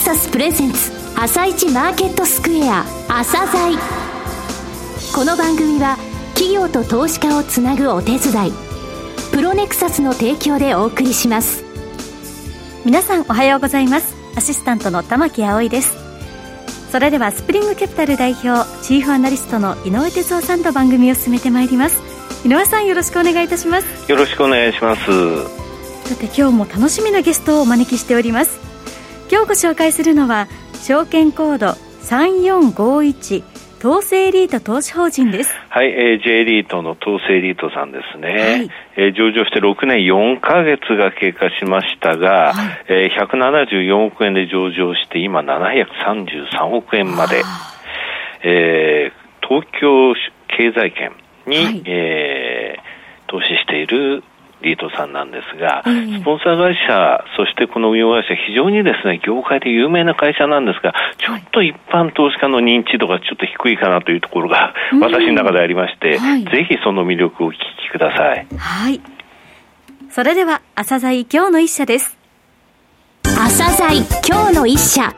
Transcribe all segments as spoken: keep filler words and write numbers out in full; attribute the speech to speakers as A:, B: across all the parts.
A: サスプレゼンツ朝一マーケットスクエア朝鮮。この番組は企業と投資家をつなぐお手伝いプロネクサスの提供でお送りします。
B: 皆さんおはようございます。アシスタントの玉木葵です。それではスプリングキャピタル代表チーフアナリストの井上哲夫さんと番組を進めてまいります。井上さん、よろしくお願いいたします。
C: よろしくお願いします。
B: さて、今日も楽しみなゲストをお招きしております。今日ご紹介するのは証券コードさんよんごいち東西エリート投資法人です。
C: はい、えー、J リートの東西エリートさんですね、はい。えー、上場してろくねんよんかげつが経過しましたが、はい、えー、ひゃくななじゅうよんおくえんで上場して今ななひゃくさんじゅうさんおくえんまで、えー、東京経済圏に、はい、えー、投資しているリートさんなんですが、スポンサー会社、そしてこの運用会社、非常にですね、業界で有名な会社なんですが、ちょっと一般投資家の認知度がちょっと低いかなというところが私の中でありまして、はい、ぜひその魅力をお聞きください。
B: はい。それでは朝鮮今日の一社です。
A: 朝鮮今日の一社。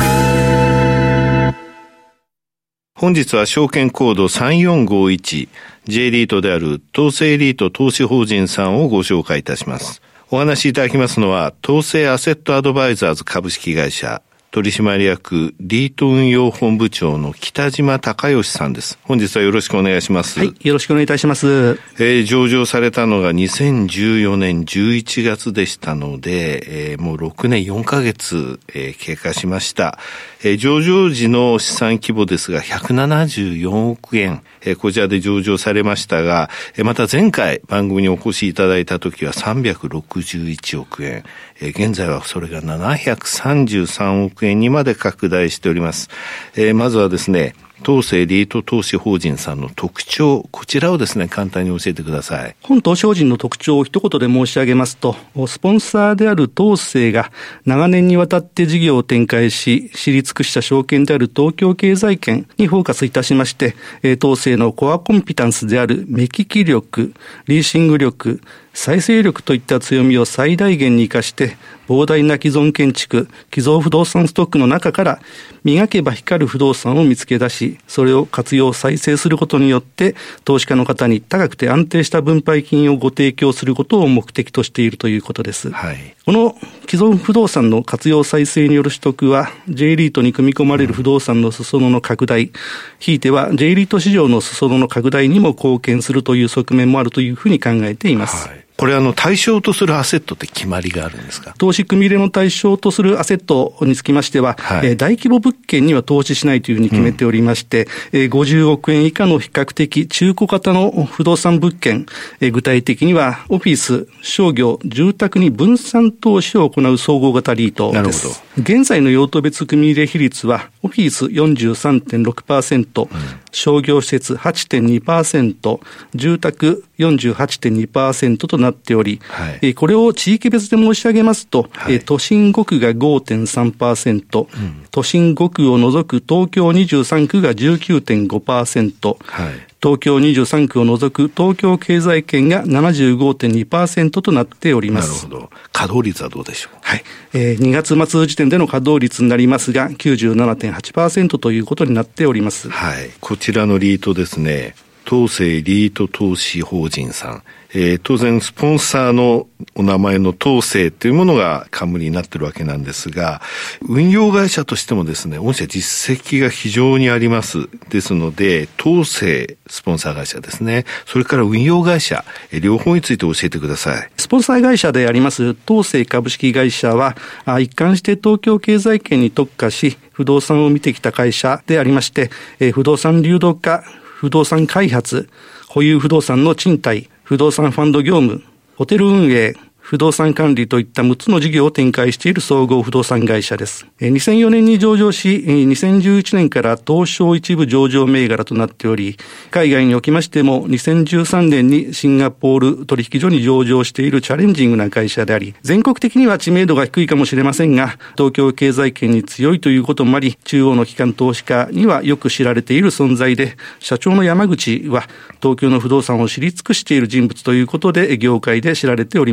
D: 本日は証券コードさんよんごいち J リートである東西エリート投資法人さんをご紹介いたします。お話しいただきますのは東西アセットアドバイザーズ株式会社取締役リート運用本部長の北島孝義さんです。本日はよろしくお願いします。
E: はい、よろしくお願いいたします。
D: えー、上場されたのがにせんじゅうよねんじゅういちがつでしたので、えー、もうろくねんよんかげつ、えー、経過しました。えー、上場時の資産規模ですがひゃくななじゅうよんおくえん、えー、こちらで上場されましたが、えー、また前回番組にお越しいただいた時はさんびゃくろくじゅういちおくえん、えー、現在はそれがななひゃくさんじゅうさんおくえんにまで拡大しております。えー、まずはですね、東西エリート投資法人さんの特徴、こちらをですね、簡単に教えてください。
E: 本投資法人の特徴を一言で申し上げますと、スポンサーである東西が長年にわたって事業を展開し、知り尽くした証券である東京経済圏にフォーカスいたしまして、東西のコアコンピタンスである目利き力、リーシング力、再生力といった強みを最大限に生かして、膨大な既存建築、既存不動産ストックの中から磨けば光る不動産を見つけ出し、それを活用再生することによって投資家の方に高くて安定した分配金をご提供することを目的としているということです。はい、この既存不動産の活用再生による取得は J リートに組み込まれる不動産の裾野の拡大、ひいては J リート市場の裾野の拡大にも貢献するという側面もあるというふうに考えています。はい、
D: これあの対象とするアセットって決まりがあるんですか？
E: 投資組入れの対象とするアセットにつきましては、はい、えー、大規模物件には投資しないというふうに決めておりまして、うん、えー、ごじゅうおくえん以下の比較的中古型の不動産物件、えー、具体的にはオフィス、商業、住宅に分散投資を行う総合型リートです。なるほど。現在の用途別組入れ比率はオフィス よんじゅうさんてんろくパーセント、うん、商業施設 はちてんにパーセント、住宅 よんじゅうはちてんにパーセント となっており、はい、えー、これを地域別で申し上げますと、はい、えー、都心ごくが ごてんさんパーセント、うん、都心ごくを除く東京にじゅうさんくが じゅうきゅうてんごパーセント、はい、東京にじゅうさんくを除く東京経済圏が ななじゅうごてんにパーセント となっております。
D: なるほど。稼働率はどうでしょう？
E: はい、えー、にがつ末時点での稼働率になりますが きゅうじゅうななてんはちパーセント ということになっております。
D: はい、こちらのリートですね、東西リート投資法人さん、えー、当然スポンサーのお名前の東西というものが冠になっているわけなんですが、運用会社としてもですね、御社実績が非常にあります。ですので、東西スポンサー会社ですね、それから運用会社、えー、両方について教えてください。
E: スポンサー会社であります東西株式会社は、あ一貫して東京経済圏に特化し、不動産を見てきた会社でありまして、えー、不動産流動化、不動産開発、保有不動産の賃貸、不動産ファンド業務、ホテル運営、不動産管理といったむっつの事業を展開している総合不動産会社です。にせんよねんに上場し、にせんじゅういちねんから東証一部上場銘柄となっており、海外におきましてもにせんじゅうさんねんにシンガポール取引所に上場しているチャレンジングな会社であり、全国的には知名度が低いかもしれませんが、東京経済圏に強いということもあり、中央の機関投資家にはよく知られている存在で、社長の山口は東京の不動産を知り尽くしている人物ということで業界で知られております。また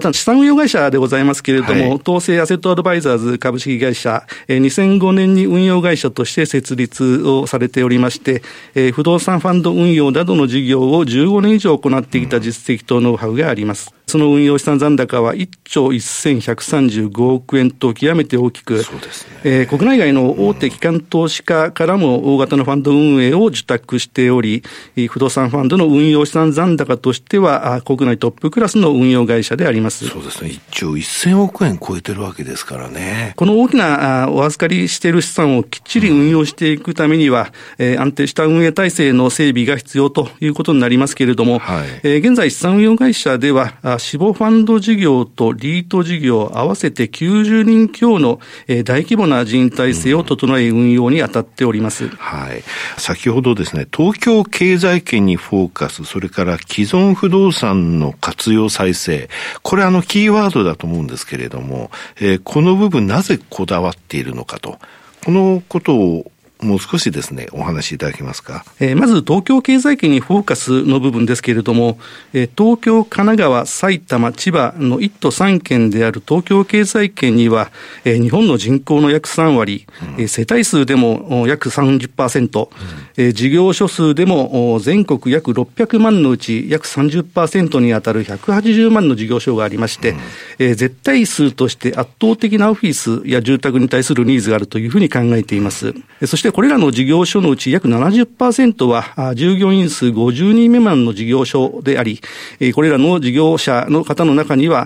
E: た資産運用会社でございますけれども、はい、東西アセットアドバイザーズ株式会社、にせんごねんに運用会社として設立をされておりまして、不動産ファンド運用などの事業をじゅうごねん以上行ってきた実績とノウハウがあります。その運用資産残高はいっちょうせんひゃくさんじゅうごおくえんと極めて大きく、そうですね、えー、国内外の大手機関投資家からも大型のファンド運営を受託しており、不動産ファンドの運用資産残高としては国内トップクラスの運用会社であります。
D: そうですね、いっちょうせんおくえん超えてるわけですからね。
E: この大きなお預かりしている資産をきっちり運用していくためには、うんえー、安定した運営体制の整備が必要ということになりますけれども、はいえー、現在資産運用会社では死亡ファンド事業とリート事業合わせてきゅうじゅうにん強の大規模な人員体制を整え運用に当たっております、うん
D: はい、先ほどですね、東京経済圏にフォーカス、それから既存不動産の活用再生、これあのキーワードだと思うんですけれども、えー、この部分なぜこだわっているのかと、このことをもう少しですね、お話しいただけますか。
E: えー、まず東京経済圏にフォーカスの部分ですけれども、えー、東京、神奈川、埼玉、千葉のいっ都さん県である東京経済圏には、えー、日本の人口の約さんわり、うんえー、世帯数でも約 さんじゅっパーセント、うんえー、事業所数でも全国約ろっぴゃくまんのうち約 さんじゅっパーセント に当たるひゃくはちじゅうまんの事業所がありまして、うんえー、絶対数として圧倒的なオフィスや住宅に対するニーズがあるというふうに考えています。そしてこれらの事業所のうち約 ななじゅっパーセント は従業員数ごじゅうにん未満の事業所であり、これらの事業者の方の中には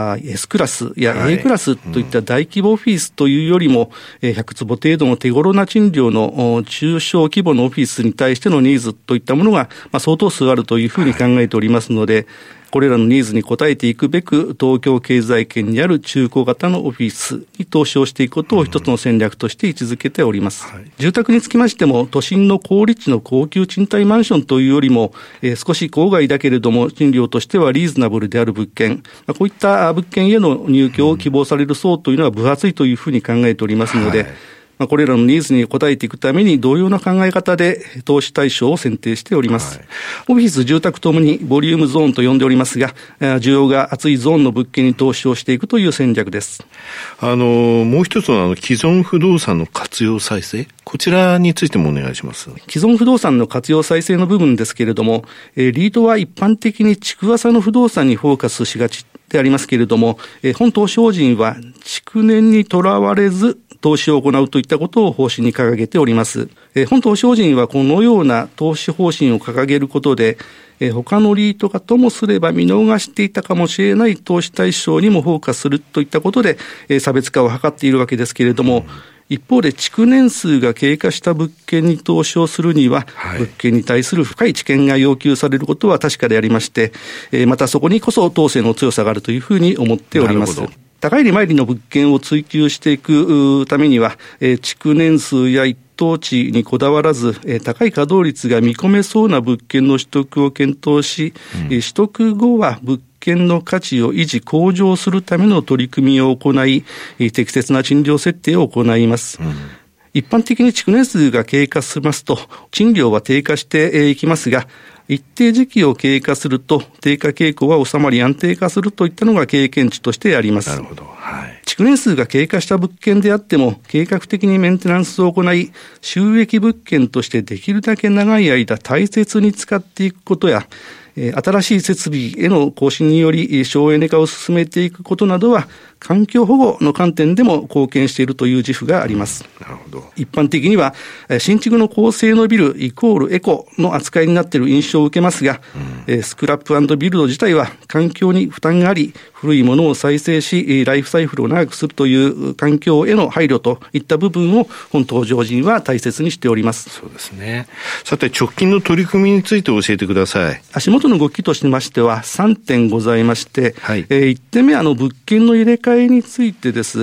E: S クラスや A クラスといった大規模オフィスというよりもひゃくつぼ程度の手頃な賃料の中小規模のオフィスに対してのニーズといったものが相当数あるというふうに考えておりますので、これらのニーズに応えていくべく、東京経済圏にある中古型のオフィスに投資をしていくことを一つの戦略として位置づけております。うんはい、住宅につきましても、都心の高立地の高級賃貸マンションというよりも、えー、少し郊外だけれども、賃料としてはリーズナブルである物件、まあ、こういった物件への入居を希望される層というのは分厚いというふうに考えておりますので、はいまあ、これらのニーズに応えていくために同様な考え方で投資対象を選定しております。はい、オフィス、住宅ともにボリュームゾーンと呼んでおりますが、需要が厚いゾーンの物件に投資をしていくという戦略です。
D: あの、もう一つのあの既存不動産の活用再生、こちらについてもお願いします。
E: 既存不動産の活用再生の部分ですけれども、えー、リートは一般的に築浅の不動産にフォーカスしがちでありますけれども、えー、本投資法人は築年にとらわれず投資を行うといったことを方針に掲げております。えー、本投資法人はこのような投資方針を掲げることで、えー、他のリートがともすれば見逃していたかもしれない投資対象にもフォーカスするといったことで、えー、差別化を図っているわけですけれども、うん一方で築年数が経過した物件に投資をするには、はい、物件に対する深い知見が要求されることは確かでありまして、えー、またそこにこそ統制の強さがあるというふうに思っております。高い利回りの物件を追求していくためには、えー、築年数や一等地にこだわらず、えー、高い稼働率が見込めそうな物件の取得を検討し、うんえー、取得後は物件物件の価値を維持向上するための取り組みを行い、適切な賃料設定を行います。うん、一般的に築年数が経過しますと、賃料は低下していきますが、一定時期を経過すると低下傾向は収まり安定化するといったのが経験値としてあります。
D: なるほど。はい。
E: 築年数が経過した物件であっても計画的にメンテナンスを行い、収益物件としてできるだけ長い間大切に使っていくことや、新しい設備への更新により省エネ化を進めていくことなどは環境保護の観点でも貢献しているという自負があります。
D: なるほど。
E: 一般的には新築の高性能ビルイコールエコの扱いになっている印象を受けますが、うん、スクラップ&ビルド自体は環境に負担があり、古いものを再生しライフサイクルを長くするという環境への配慮といった部分を本投資法人は大切にしております。
D: そうですね。さて直近の取り組みについて教えてください。
E: 足元の動きとしましてはさんてんございまして、はいえー、いってんめはあの物件の入れ替えについてです。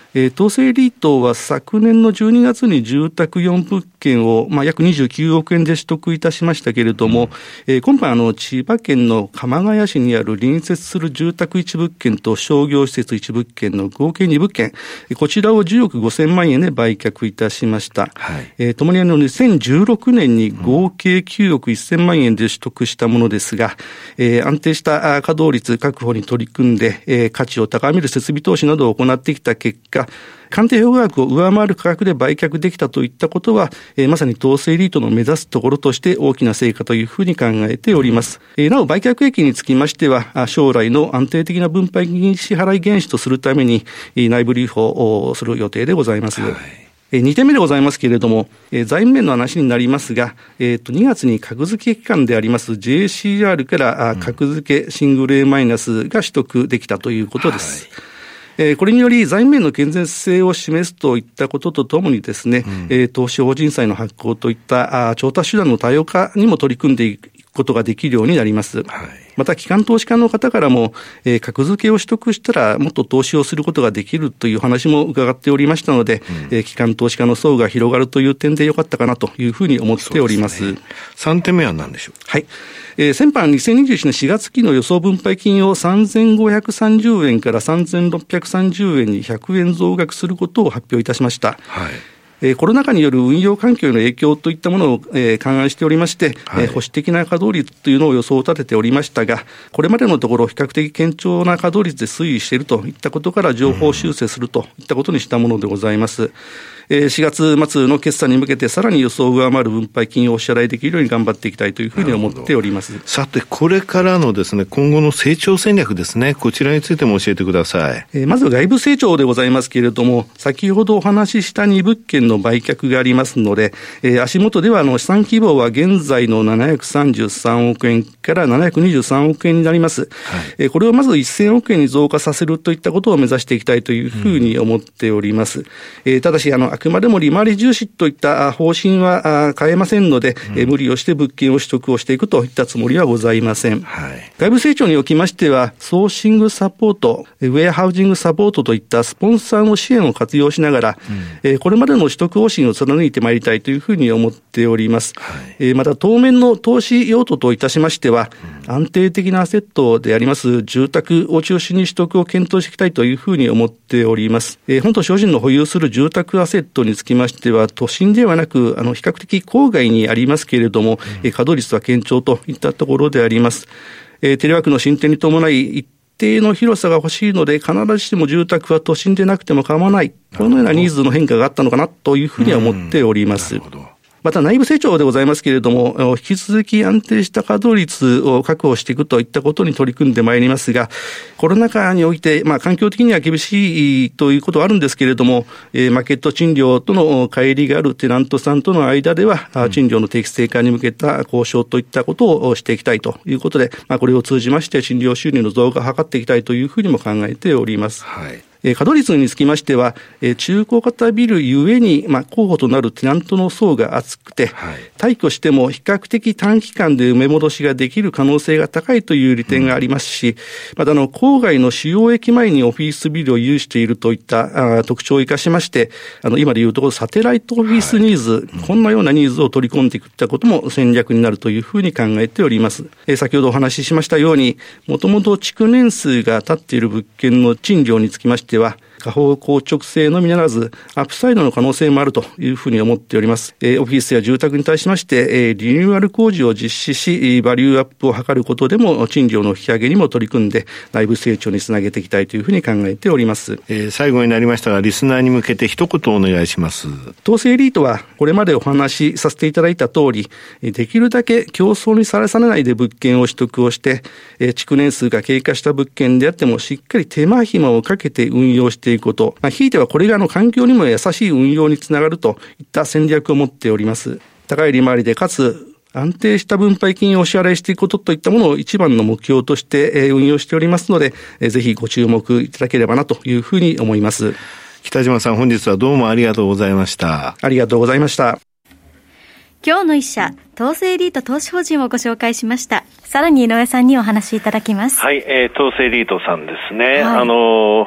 E: えー、東西リートは昨年のじゅうにがつに住宅よんぶっけんを、まあ、約にじゅうきゅうおくえんで取得いたしましたけれども、うんえー、今般あの千葉県の鎌ケ谷市にある隣接する住宅いちぶっけんと商業施設いちぶっけんの合計にぶっけん、こちらをじゅうおくごせんまんえんで売却いたしました。はいえー、ともにあのにせんじゅうろくねんに合計きゅうおくせんまんえんで取得したものですが、えー、安定した稼働率確保に取り組んで、えー、価値を高める設備投資などを行ってきた結果、鑑定評価額を上回る価格で売却できたといったことは、えー、まさに東西リートの目指すところとして大きな成果というふうに考えております。えー、なお売却益につきましては、将来の安定的な分配金支払い原資とするために、えー、内部留保をする予定でございます。はいにてんめでございますけれども、えー、財務面の話になりますが、えー、とにがつに格付け機関であります ジェーシーアール から格付けシングル A マイナスが取得できたということです。はいえー、これにより財務面の健全性を示すといったこととともにですね、うんえー、投資法人債の発行といったあ調達手段の多様化にも取り組んでいくことができるようになります。はいまた、機関投資家の方からも、えー、格付けを取得したらもっと投資をすることができるという話も伺っておりましたので、うんえー、機関投資家の層が広がるという点でよかったかなというふうに思っております。
D: そうですね、さんてんめは何でしょう。
E: はい。えー、先般にせんにじゅういちねんしがつ期の予想分配金をさんぜんごひゃくさんじゅうえんからさんぜんろっぴゃくさんじゅうえんにひゃくえん増額することを発表いたしました。はいえー、コロナ禍による運用環境への影響といったものを、えー、勘案しておりまして、はいえー、保守的な稼働率というのを予想を立てておりましたが、これまでのところ比較的堅調な稼働率で推移しているといったことから情報修正するといったことにしたものでございます。しがつ末の決算に向けてさらに予想を上回る分配金をお支払いできるように頑張っていきたいというふうに思っております。
D: さて、これからのですね、今後の成長戦略ですね、こちらについても教えてください。
E: えー、まず外部成長でございますけれども、先ほどお話ししたにぶっけんの売却がありますので、えー、足元ではあの資産規模は現在のななひゃくさんじゅうさんおくえんからななひゃくにじゅうさんおくえんになります。はいえー、これをまずせんおくえんに増加させるといったことを目指していきたいというふうに思っております。うんえー、ただしあの、あくまでも利回り重視といった方針は変えませんので、うん、無理をして物件を取得をしていくといったつもりはございません。はい、外部成長におきましては、ソーシングサポート、ウェアハウジングサポートといったスポンサーの支援を活用しながら、うん、これまでの取得方針を貫いてまいりたいというふうに思っております。はい、また当面の投資用途といたしましては、うん、安定的なアセットであります住宅を中心に取得を検討していきたいというふうに思っております。本島商人の保有する住宅アセットにつきましては都心ではなくあの比較的郊外にありますけれども、うん、稼働率は堅調といったところであります。えー、テレワークの進展に伴い一定の広さが欲しいので必ずしも住宅は都心でなくても構わない、このようなニーズの変化があったのかなというふうには思っております。うん、なるほど。また内部成長でございますけれども、引き続き安定した稼働率を確保していくといったことに取り組んでまいりますが、コロナ禍において、まあ環境的には厳しいということはあるんですけれども、えー、マーケット賃料との乖離があるテナントさんとの間では、うん、賃料の適正化に向けた交渉といったことをしていきたいということで、まあこれを通じまして賃料収入の増加を図っていきたいというふうにも考えております。はい。稼働率につきましては、中古型ビルゆえに、まあ、候補となるテナントの層が厚くて、はい、退去しても比較的短期間で埋め戻しができる可能性が高いという利点がありますし、うん、またあの、郊外の主要駅前にオフィスビルを有しているといった特徴を生かしまして、あの、今でいうところサテライトオフィスニーズ、はいうん、こんなようなニーズを取り込んでいくといったことも戦略になるというふうに考えております。えー、先ほどお話ししましたように、もともと築年数が経っている物件の賃料につきましては、下方硬直性のみならず、アップサイドの可能性もあるというふうに思っております。えー、オフィスや住宅に対しまして、えー、リニューアル工事を実施し、バリューアップを図ることでも、賃料の引き上げにも取り組んで、内部成長につなげていきたいというふうに考えております。
D: えー、最後になりましたが、リスナーに向けて一言お願いします。
E: 東西エリートは、これまでお話しさせていただいた通り、できるだけ競争にさらされないで物件を取得をして、えー、築年数が経過した物件であっても、しっかり手間暇をかけて運用していくこと、まあ、ひいてはこれがあの環境にも優しい運用につながるといった戦略を持っております。高い利回りでかつ安定した分配金をお支払いしていくことといったものを一番の目標として運用しておりますので、ぜひご注目いただければなというふうに思います。
D: 北島さん、本日はどうもありがとうございました。
E: ありがとうございました。
B: 今日の一社、東西エリート投資法人をご紹介しました。さらに井上さんにお話しいただきます。
C: はい、えー、東西エリートさんですね。はい、あのス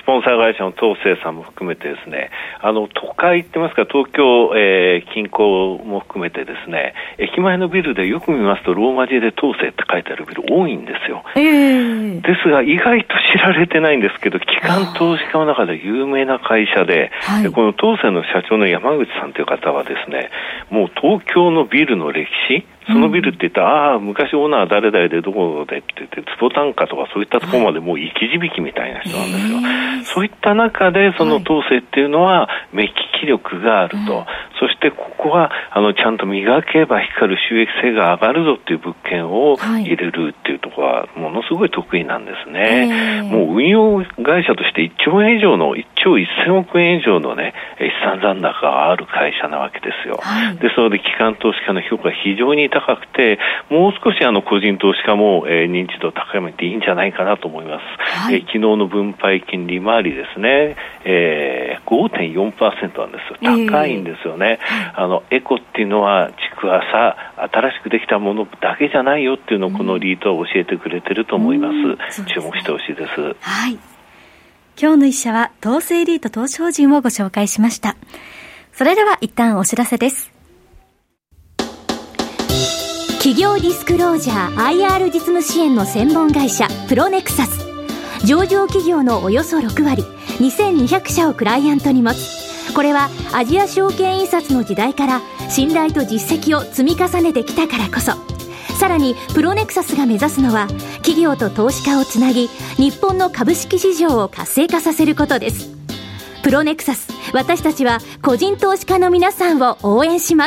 C: ポンサー会社の東西さんも含めてですね、あの都会って言いますか、東京、えー、近郊も含めてですね、駅前のビルでよく見ますとローマ字で東西って書いてあるビル多いんですよ、えー、ですが意外と知られてないんですけど、機関投資家の中で有名な会社で、はい、この東西の社長の山口さんという方はですね、もう東京のビルの歴史、そのビルって言ったら、うん、ああ昔オーナーは誰々でどこでって言って坪単価とかそういったところまでもう生き字引みたいな人なんですよ、はい、そういった中でその東西っていうのは目利き力があると、はい、そしてここはあのちゃんと磨けば光る収益性が上がるぞっていう物件を入れるっていうところはものすごい得意なんですね、はい、もう運用会社としていっちょうえん以上のいっちょうせんおくえん以上のね資産残高がある会社なわけですよ、はい、ですので機関投資家の評価が非常に高くて、もう少しあの個人投資家も、えー、認知度高めていいんじゃないかなと思います、はい、えー、昨日の分配金利回りですね、えー、ごてんよんパーセント なんですよ。高いんですよね、えー、あのエコっていうのは築浅、新しくできたものだけじゃないよっていうのをこのリートは教えてくれてると思います、うん、注目してほしいです。
B: はい、今日の一社は東西リート投資法人をご紹介しました。それでは一旦お知らせです。
A: 企業ディスクロージャー アイアール 実務支援の専門会社プロネクサス、上場企業のおよそろくわりにせんにひゃくしゃをクライアントに持つ。これはアジア証券印刷の時代から信頼と実績を積み重ねてきたからこそ。さらにプロネクサスが目指すのは企業と投資家をつなぎ、日本の株式市場を活性化させることです。プロネクサス、私たちは個人投資家の皆さんを応援します。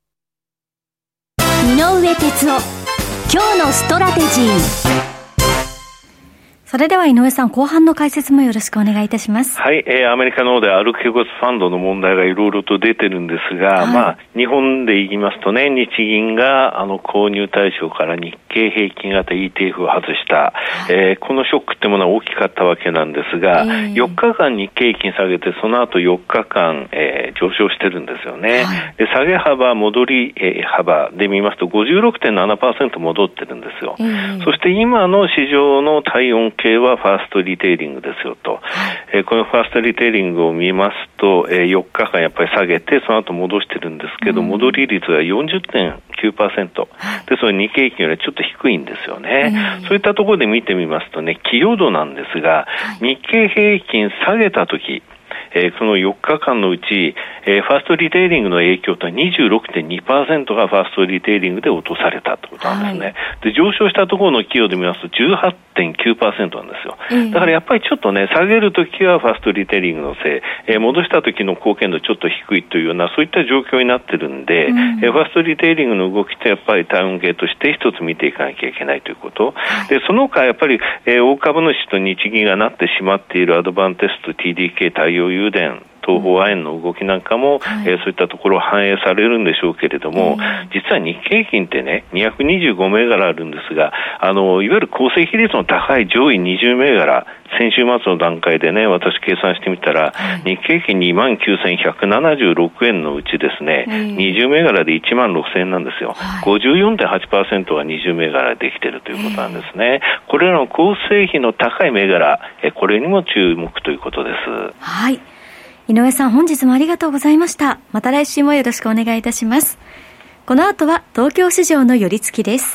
A: 井上哲夫、今日のストラテジー。
B: それでは井上さん、後半の解説もよろしくお願いいたします。
C: はい、えー、アメリカの方でアルケゴスファンドの問題がいろいろと出てるんですが、はい、まあ日本で言いますとね、日銀があの購入対象から日経平均型 イーティーエフ を外した、はい、えー、このショックってものは大きかったわけなんですが、えー、よっかかん日経平均下げて、その後よっかかん、えー、上昇してるんですよね、はい、で下げ幅戻り、えー、幅で見ますと ごじゅうろくてんななパーセント 戻ってるんですよ、えー、そして今の市場の体温計はファーストリテイリングですよと、はい、えー、このファーストリテイリングを見ますと、えー、よっかかんやっぱり下げてその後戻してるんですけど、うん、戻り率が よんじゅってんきゅうパーセント で、その日経平均よりちょっと低いんですよね、うん、そういったところで見てみますとね、寄与度なんですが、はい、日経平均下げたとき、えー、そのよっかかんのうち、えー、ファーストリテイリングの影響とは にじゅうろくてんにパーセント がファーストリテイリングで落とされたということなんですね、はい、で上昇したところの寄与で見ますと じゅうはちてんきゅうパーセント なんですよ、えー、だからやっぱりちょっとね、下げるときはファーストリテイリングのせい、えー、戻したときの貢献度ちょっと低いというようなそういった状況になってるんで、うん、えー、ファーストリテイリングの動きってやっぱり体温計として一つ見ていかなきゃいけないということ、はい、でその他やっぱり、えー、大株主と日銀がなってしまっているアドバンテスト ティーディーケー 太陽誘電東方亜鉛の動きなんかも、はい、えー、そういったところ反映されるんでしょうけれども、えー、実は日経平均ってねにひゃくにじゅうごめいがらあるんですが、あのいわゆる構成比率の高い上位にじゅうめいがら、先週末の段階でね私計算してみたら、はい、日経平均 にまんきゅうせんひゃくななじゅうろくえんのうちですね、えー、にじゅうめいがらでいちまんろくせんえんなんですよ、はい、ごじゅうよんてんはちパーセント がにじゅうめいがらでできているということなんですね、えー、これらの構成比の高い銘柄、えこれにも注目ということです。
B: はい、井上さん、本日もありがとうございました。また来週もよろしくお願いいたします。この後は東京市場の寄り付きです。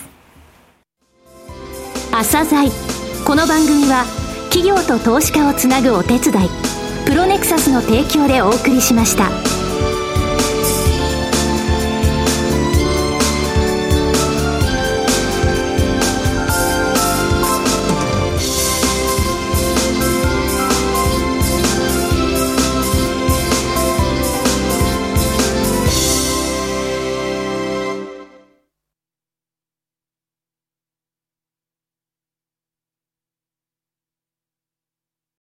A: 朝鮮、この番組は企業と投資家をつなぐお手伝いプロネクサスの提供でお送りしました。